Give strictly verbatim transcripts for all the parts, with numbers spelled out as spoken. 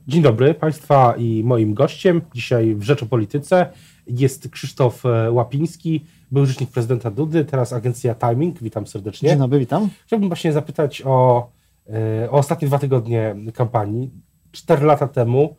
Dzień dobry Państwa i moim gościem dzisiaj w Rzecz o Polityce jest Krzysztof Łapiński, był rzecznik prezydenta Dudy, teraz agencja Timing. Witam serdecznie. Dzień dobry, witam. Chciałbym właśnie zapytać o, o ostatnie dwa tygodnie kampanii. Cztery lata temu,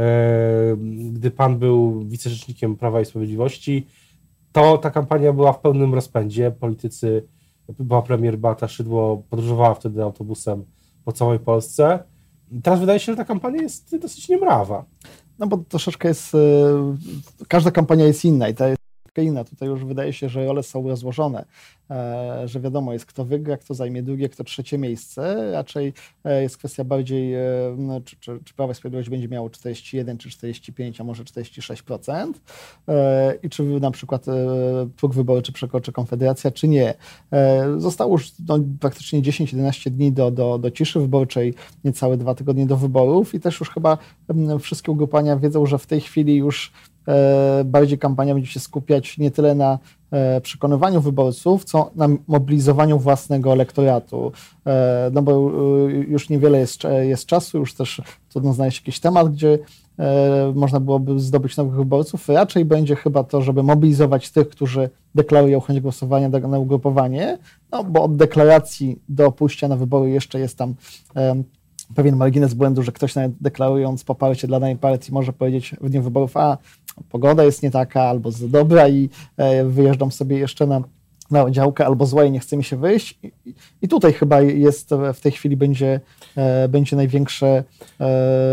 gdy Pan był wicerzecznikiem Prawa i Sprawiedliwości, to ta kampania była w pełnym rozpędzie. Politycy, była premier Beata Szydło, podróżowała wtedy autobusem po całej Polsce. Teraz wydaje się, że ta kampania jest dosyć niemrawa. No bo troszeczkę jest, każda kampania jest inna i ta jest inna. Tutaj już wydaje się, że role są rozłożone, że wiadomo jest, kto wygra, kto zajmie drugie, kto trzecie miejsce. Raczej jest kwestia bardziej, czy, czy, czy Prawo i Sprawiedliwość będzie miało czterdzieści jeden czy czterdzieści pięć, a może czterdzieści sześć procent i czy na przykład próg wyborczy przekroczy Konfederacja, czy nie. Zostało już no, praktycznie dziesięć jedenaście dni do, do, do ciszy wyborczej, niecałe dwa tygodnie do wyborów i też już chyba wszystkie ugrupowania wiedzą, że w tej chwili już bardziej kampania będzie się skupiać nie tyle na przekonywaniu wyborców, co na mobilizowaniu własnego elektoratu. No bo już niewiele jest, jest czasu, już też trudno znaleźć jakiś temat, gdzie można byłoby zdobyć nowych wyborców. Raczej będzie chyba to, żeby mobilizować tych, którzy deklarują chęć głosowania na ugrupowanie, no bo od deklaracji do pójścia na wybory jeszcze jest tam pewien margines błędu, że ktoś nawet deklarując poparcie dla danej partii może powiedzieć w dniu wyborów, a pogoda jest nie taka, albo za dobra i e, wyjeżdżam sobie jeszcze na, na działkę, albo zła i nie chce mi się wyjść. I, i tutaj chyba jest, w tej chwili będzie, e, będzie największe e,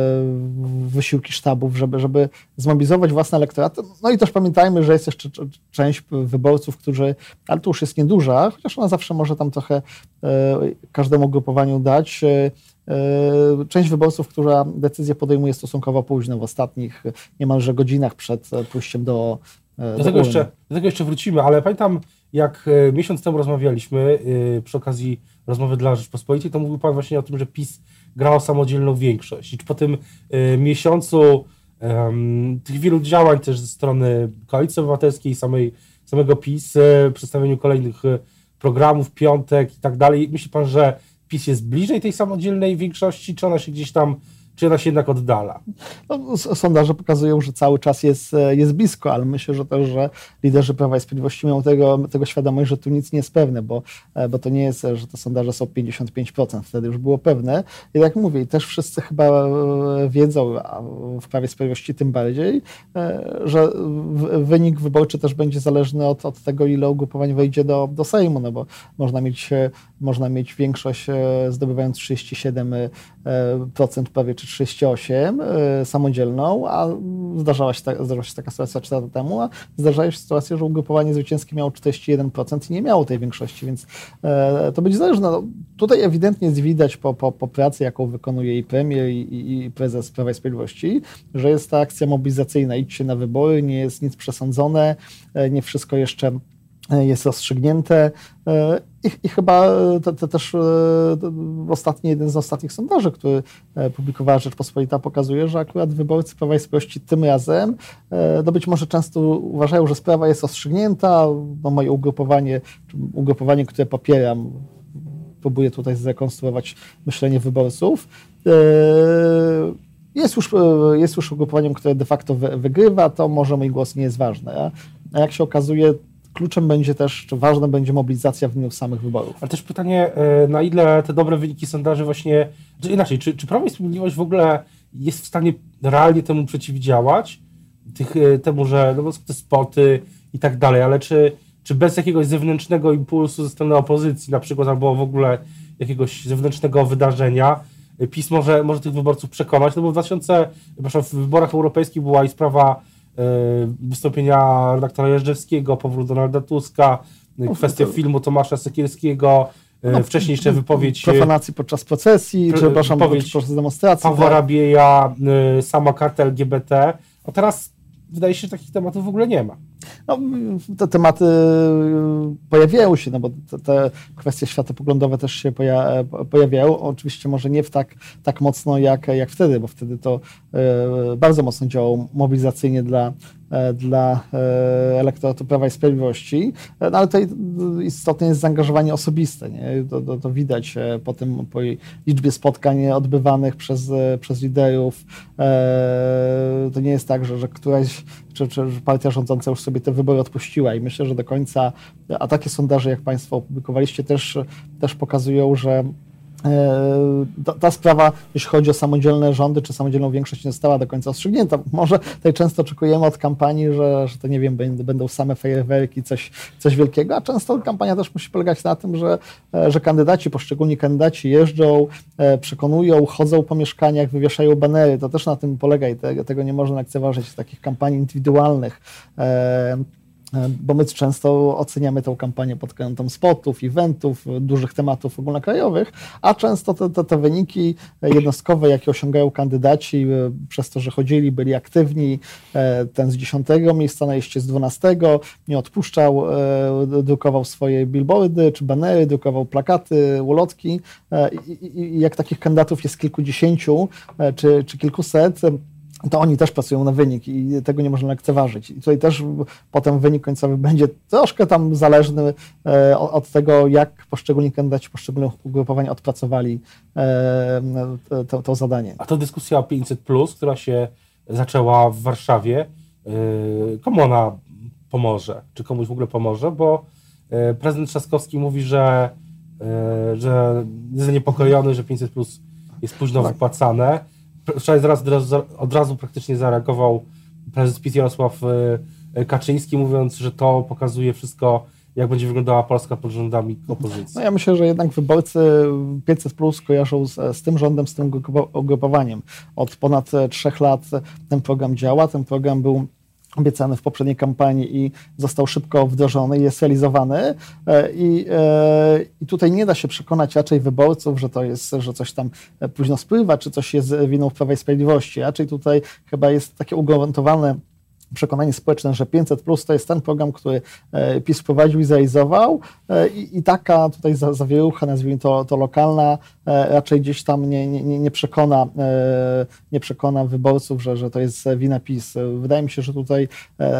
wysiłki sztabów, żeby, żeby zmobilizować własne elektoraty. No i też pamiętajmy, że jest jeszcze część wyborców, którzy, ale to już jest nieduża, chociaż ona zawsze może tam trochę e, każdemu grupowaniu dać, e, część wyborców, która decyzję podejmuje stosunkowo późno, w ostatnich niemalże godzinach przed pójściem do, do, do, tego, jeszcze, do tego jeszcze wrócimy, ale pamiętam, jak miesiąc temu rozmawialiśmy przy okazji rozmowy dla Rzeczpospolitej, to mówił Pan właśnie o tym, że PiS gra o samodzielną większość. I po tym miesiącu um, tych wielu działań też ze strony Koalicji Obywatelskiej, samej, samego PiS, przedstawieniu kolejnych programów, piątek i tak dalej, myśli Pan, że PiS jest bliżej tej samodzielnej większości, czy ona się gdzieś tam, czy ona się jednak oddala? No, sondaże pokazują, że cały czas jest, jest blisko, ale myślę, że też, że liderzy Prawa i Sprawiedliwości mają tego, tego świadomość, że tu nic nie jest pewne, bo, bo to nie jest, że te sondaże są pięćdziesiąt pięć procent, wtedy już było pewne. I jak mówię, też wszyscy chyba wiedzą, a w Prawie i Sprawiedliwości tym bardziej, że wynik wyborczy też będzie zależny od, od tego, ile ugrupowań wejdzie do, do Sejmu, no bo można mieć, można mieć większość zdobywając trzydzieści siedem procent prawie czy trzydzieści osiem procent samodzielną, a zdarzała się, ta, zdarzyła się taka sytuacja cztery lata temu, a zdarza się sytuacja, że ugrupowanie zwycięskie miało czterdzieści jeden procent i nie miało tej większości, więc e, to będzie zależne. No, tutaj ewidentnie jest widać po, po, po pracy, jaką wykonuje i premier, i, i, i prezes Prawa i Sprawiedliwości, że jest ta akcja mobilizacyjna, idźcie na wybory, nie jest nic przesądzone, e, nie wszystko jeszcze jest rozstrzygnięte i, i chyba to, to też to ostatni, jeden z ostatnich sondaży, który publikowała Rzeczpospolita, pokazuje, że akurat wyborcy Prawa i Sprawiedliwości tym razem, no być może często uważają, że sprawa jest rozstrzygnięta, no moje ugrupowanie, ugrupowanie, które popieram, próbuję tutaj zrekonstruować myślenie wyborców, jest już, jest już ugrupowaniem, które de facto wygrywa, to może mój głos nie jest ważny. A jak się okazuje, kluczem będzie też, czy ważna będzie mobilizacja w dniu samych wyborów. Ale też pytanie, na ile te dobre wyniki sondaży właśnie, czy inaczej, czy, czy Prawo i Sprawiedliwość w ogóle jest w stanie realnie temu przeciwdziałać, tych, temu, że no, te spoty i tak dalej, ale czy, czy bez jakiegoś zewnętrznego impulsu ze strony opozycji na przykład, albo w ogóle jakiegoś zewnętrznego wydarzenia, PiS może, może tych wyborców przekonać, no bo w dwa tysiące, przepraszam, w wyborach europejskich była i sprawa wystąpienia redaktora Jeżdżewskiego, powrót Donalda Tuska, kwestia filmu Tomasza Sekielskiego, no, wcześniej jeszcze wypowiedź profanacji podczas procesji, czy przepraszam, podczas demonstracji. Pawła Rabieja, sama karta L G B T, a teraz wydaje się, że takich tematów w ogóle nie ma. No, te tematy pojawiają się, no bo te, te kwestie światopoglądowe też się poja pojawiają. Oczywiście może nie w tak, tak mocno jak, jak wtedy, bo wtedy to e, bardzo mocno działało mobilizacyjnie dla, e, dla e, elektoratu Prawa i Sprawiedliwości, no, ale tutaj istotne jest zaangażowanie osobiste. Nie? To, to, to widać po tym, po liczbie spotkań odbywanych przez, przez liderów. E, to nie jest tak, że, że któraś Czy, czy partia rządząca już sobie te wybory odpuściła i myślę, że do końca, a takie sondaże, jak Państwo opublikowaliście, też, też pokazują, że ta, ta sprawa, jeśli chodzi o samodzielne rządy, czy samodzielną większość, nie została do końca rozstrzygnięta. Może tutaj często oczekujemy od kampanii, że, że to nie wiem, będą same fajerwerki, coś, coś wielkiego, a często kampania też musi polegać na tym, że, że kandydaci, poszczególni kandydaci jeżdżą, przekonują, chodzą po mieszkaniach, wywieszają banery. To też na tym polega i te, tego nie można lekceważyć z takich kampanii indywidualnych. Bo my często oceniamy tę kampanię pod kątem spotów, eventów, dużych tematów ogólnokrajowych, a często te, te, te wyniki jednostkowe, jakie osiągają kandydaci przez to, że chodzili, byli aktywni, ten z dziesiątego miejsca na liście z dwunastego, nie odpuszczał, drukował swoje billboardy czy banery, drukował plakaty, ulotki i, i, i jak takich kandydatów jest kilkudziesięciu czy, czy kilkuset, to oni też pracują na wynik i tego nie można lekceważyć. I tutaj też potem wynik końcowy będzie troszkę tam zależny e, od tego, jak poszczególni kandydaci poszczególnych ugrupowań odpracowali e, to, to zadanie. A to dyskusja o pięćset plus, która się zaczęła w Warszawie, e, komu ona pomoże? Czy komuś w ogóle pomoże? Bo e, prezydent Trzaskowski mówi, że, e, że jest zaniepokojony, że pięćset plus jest późno tak. wypłacane. Wczoraj zaraz, od razu praktycznie zareagował prezes PiS Jarosław Kaczyński, mówiąc, że to pokazuje wszystko, jak będzie wyglądała Polska pod rządami opozycji. No ja myślę, że jednak wyborcy pięćset plus kojarzą z, z tym rządem, z tym ugrupowaniem. Od ponad trzech lat ten program działa, ten program był obiecany w poprzedniej kampanii i został szybko wdrożony i jest realizowany i, i tutaj nie da się przekonać raczej wyborców, że to jest, że coś tam późno spływa, czy coś jest winą Prawa i Sprawiedliwości. Raczej tutaj chyba jest takie ugruntowane przekonanie społeczne, że pięćset plus to jest ten program, który PiS wprowadził i zrealizował i, i taka tutaj zawierucha, nazwijmy to, to lokalna, raczej gdzieś tam nie, nie, nie, przekona, nie przekona wyborców, że, że to jest wina PiS. Wydaje mi się, że tutaj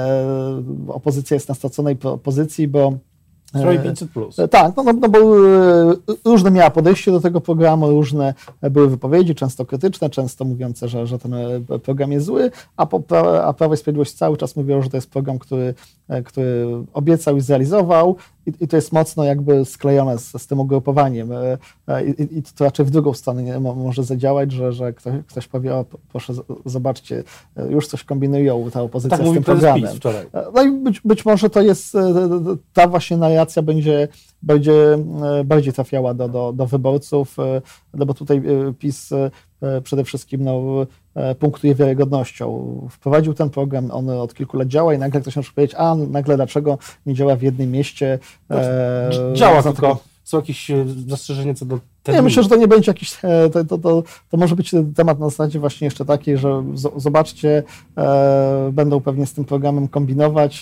opozycja jest na straconej pozycji, bo pięćset plus. Tak, no, no, no bo różne miała podejście do tego programu, różne były wypowiedzi, często krytyczne, często mówiące, że, że ten program jest zły, a, po, a Prawo i Sprawiedliwość cały czas mówiło, że to jest program, który, który obiecał i zrealizował i, i to jest mocno jakby sklejone z, z tym ugrupowaniem I, i, i to raczej w drugą stronę nie, może zadziałać, że, że ktoś, ktoś powie, o proszę zobaczcie, już coś kombinują ta opozycja tak z tym programem. Wczoraj. No i być, być może to jest ta właśnie narracja będzie, będzie bardziej trafiała do, do, do wyborców, no bo tutaj PiS przede wszystkim no, punktuje wiarygodnością. Wprowadził ten program, on od kilku lat działa i nagle ktoś może powiedzieć, a nagle dlaczego nie działa w jednym mieście. E, działa, tylko tego... są jakieś zastrzeżenia co do terminu. Ja myślę, że to nie będzie jakiś, to, to, to, to może być temat na zasadzie właśnie jeszcze taki, że z, zobaczcie, e, będą pewnie z tym programem kombinować,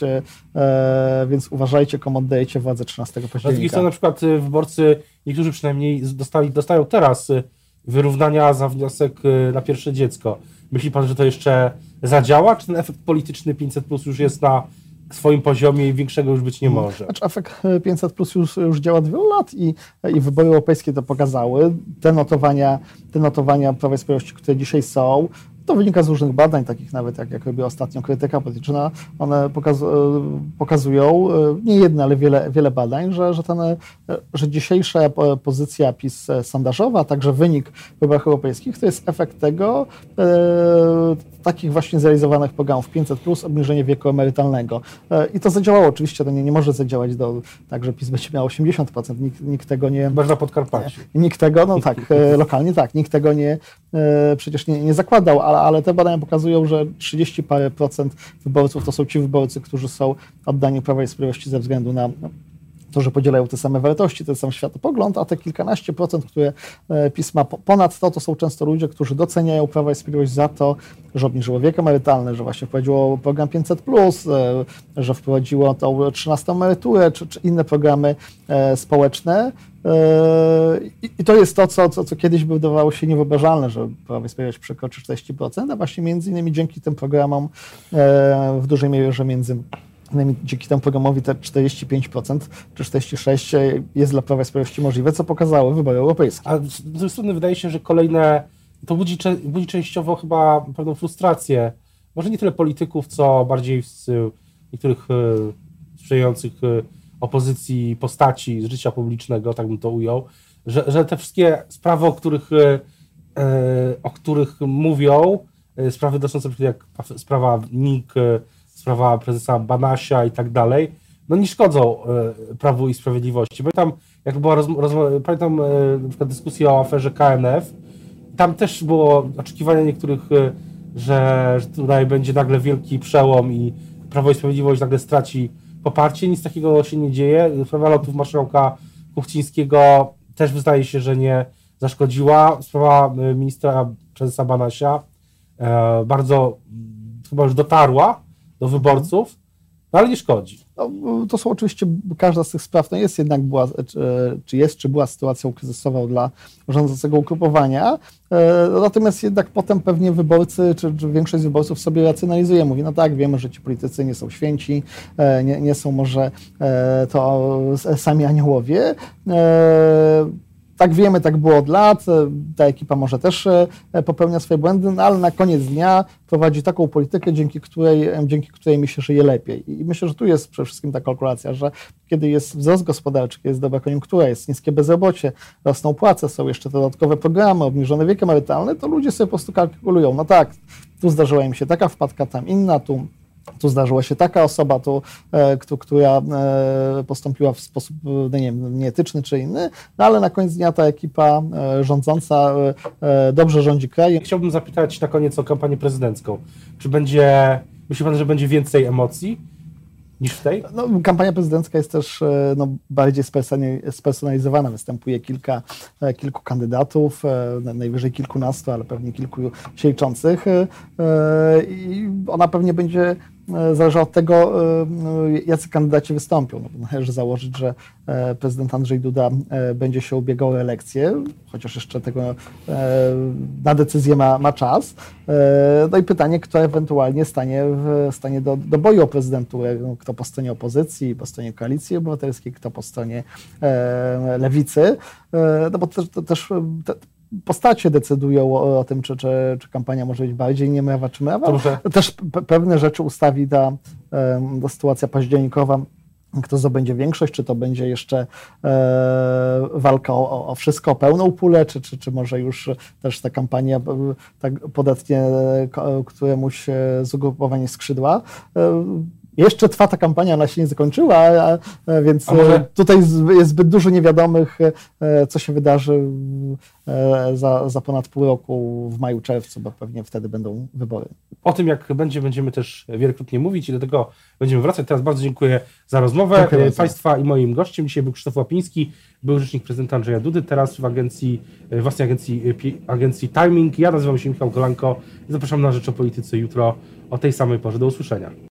e, więc uważajcie, komu oddajecie władzę trzynastego października. Z drugiej strony na przykład wyborcy, niektórzy przynajmniej dostali, dostają teraz wyrównania za wniosek na pierwsze dziecko. Myśli pan, że to jeszcze zadziała, czy ten efekt polityczny pięćset plus już jest na swoim poziomie i większego już być nie może? Znaczy, efekt pięćset plus już, już działa od wielu lat i, i wybory europejskie to pokazały. Te notowania, te notowania Prawa i Sprawiedliwości, które dzisiaj są, to wynika z różnych badań, takich nawet jak, jak robi ostatnio krytyka polityczna, one pokazu, pokazują, nie jedne, ale wiele, wiele badań, że, że, ten, że dzisiejsza pozycja PiS sondażowa, a także wynik w wyborach europejskich, to jest efekt tego, e, takich właśnie zrealizowanych programów pięćset plus, obniżenie wieku emerytalnego. E, I to zadziałało. Oczywiście to nie, nie może zadziałać do, tak, że PiS będzie miał osiemdziesiąt procent. Nikt, nikt tego nie... Chyba na Podkarpaciu. Nikt tego, no tak, lokalnie tak, nikt tego nie, e, przecież nie, nie zakładał, ale ale te badania pokazują, że trzydzieści parę procent wyborców to są ci wyborcy, którzy są oddani Prawa i Sprawiedliwości ze względu na to, że podzielają te same wartości, ten sam światopogląd, a te kilkanaście procent, które PiS ma ponad to, to są często ludzie, którzy doceniają Prawo i Sprawiedliwość za to, że obniżyło wiek emerytalny, że właśnie wprowadziło program pięćset plus, że wprowadziło tą trzynastą emeryturę, czy, czy inne programy społeczne. I to jest to, co, co, co kiedyś by wydawało się niewyobrażalne, że Prawo i Sprawiedliwość przekroczy czterdzieści procent, a właśnie między innymi dzięki tym programom w dużej mierze między dzięki temu programowi te czterdzieści pięć procent czy czterdzieści sześć procent jest dla Prawa i Sprawiedliwości możliwe, co pokazały wybory europejskie. A z drugiej strony wydaje się, że kolejne, to budzi, budzi częściowo chyba pewną frustrację, może nie tyle polityków, co bardziej z niektórych sprzyjających opozycji postaci z życia publicznego, tak bym to ujął, że, że te wszystkie sprawy, o których, o których mówią, sprawy dotyczące jak sprawa N I K, sprawa prezesa Banasia i tak dalej, no nie szkodzą Prawu i Sprawiedliwości. Pamiętam, jak była rozmowa, rozm- pamiętam na przykład dyskusję o aferze K N F, tam też było oczekiwanie niektórych, że, że tutaj będzie nagle wielki przełom i Prawo i Sprawiedliwość nagle straci poparcie. Nic takiego się nie dzieje. Sprawa lotów marszałka Kuchcińskiego też wydaje się, że nie zaszkodziła. Sprawa ministra prezesa Banasia e, bardzo chyba już dotarła do wyborców, no ale nie szkodzi. No, to są oczywiście, każda z tych spraw no jest jednak była, czy, czy jest, czy była sytuacją kryzysową dla rządzącego ugrupowania, e, natomiast jednak potem pewnie wyborcy, czy, czy większość z wyborców sobie racjonalizuje, mówi, no tak, wiemy, że ci politycy nie są święci, e, nie, nie są może e, to sami aniołowie, e, tak wiemy, tak było od lat, ta ekipa może też popełnia swoje błędy, no ale na koniec dnia prowadzi taką politykę, dzięki której, dzięki której mi się żyje lepiej. I myślę, że tu jest przede wszystkim ta kalkulacja, że kiedy jest wzrost gospodarczy, kiedy jest dobra koniunktura, jest niskie bezrobocie, rosną płace, są jeszcze dodatkowe programy, obniżone wiek emerytalny, to ludzie sobie po prostu kalkulują, no tak, tu zdarzyła im się taka wpadka, tam inna, tu Tu zdarzyła się taka osoba, tu, e, która e, postąpiła w sposób no nie wiem, nieetyczny czy inny, no ale na koniec dnia ta ekipa e, rządząca e, dobrze rządzi krajem. Chciałbym zapytać na koniec o kampanię prezydencką. Czy będzie, myśli pan, że będzie więcej emocji niż w tej? No, kampania prezydencka jest też no, bardziej spersonalizowana. Występuje kilka, kilku kandydatów, najwyżej kilkunastu, ale pewnie kilku siejczących i ona pewnie będzie zależała od tego, jacy kandydaci wystąpią. No, należy założyć, że prezydent Andrzej Duda będzie się ubiegał o reelekcję, chociaż jeszcze tego na decyzję ma, ma czas. No i pytanie, kto ewentualnie stanie, w, stanie do, do boju o prezydenturę, kto po stronie opozycji, po stronie Koalicji Obywatelskiej, kto po stronie lewicy, no bo też, też te, postacie decydują o, o tym, czy, czy, czy kampania może być bardziej niemrawa, czy mrawa. Dobrze. Też pe pewne rzeczy ustawi ta, ta sytuacja październikowa, kto zdobędzie większość, czy to będzie jeszcze e, walka o, o wszystko, o pełną pulę, czy, czy, czy może już też ta kampania tak podatnie któremuś z ugrupowania skrzydła. E, Jeszcze trwa ta kampania, ona się nie zakończyła, a, a więc a może... tutaj jest zbyt dużo niewiadomych, co się wydarzy za, za ponad pół roku w maju, czerwcu, bo pewnie wtedy będą wybory. O tym, jak będzie, będziemy też wielokrotnie mówić i do tego będziemy wracać. Teraz bardzo dziękuję za rozmowę. Dziękuję Państwa bardzo. I moim gościem dzisiaj był Krzysztof Łapiński, był rzecznik prezydenta Andrzeja Dudy, teraz w agencji, własnej agencji, agencji Timing. Ja nazywam się Michał Kolanko i zapraszam na Rzecz o Polityce jutro o tej samej porze. Do usłyszenia.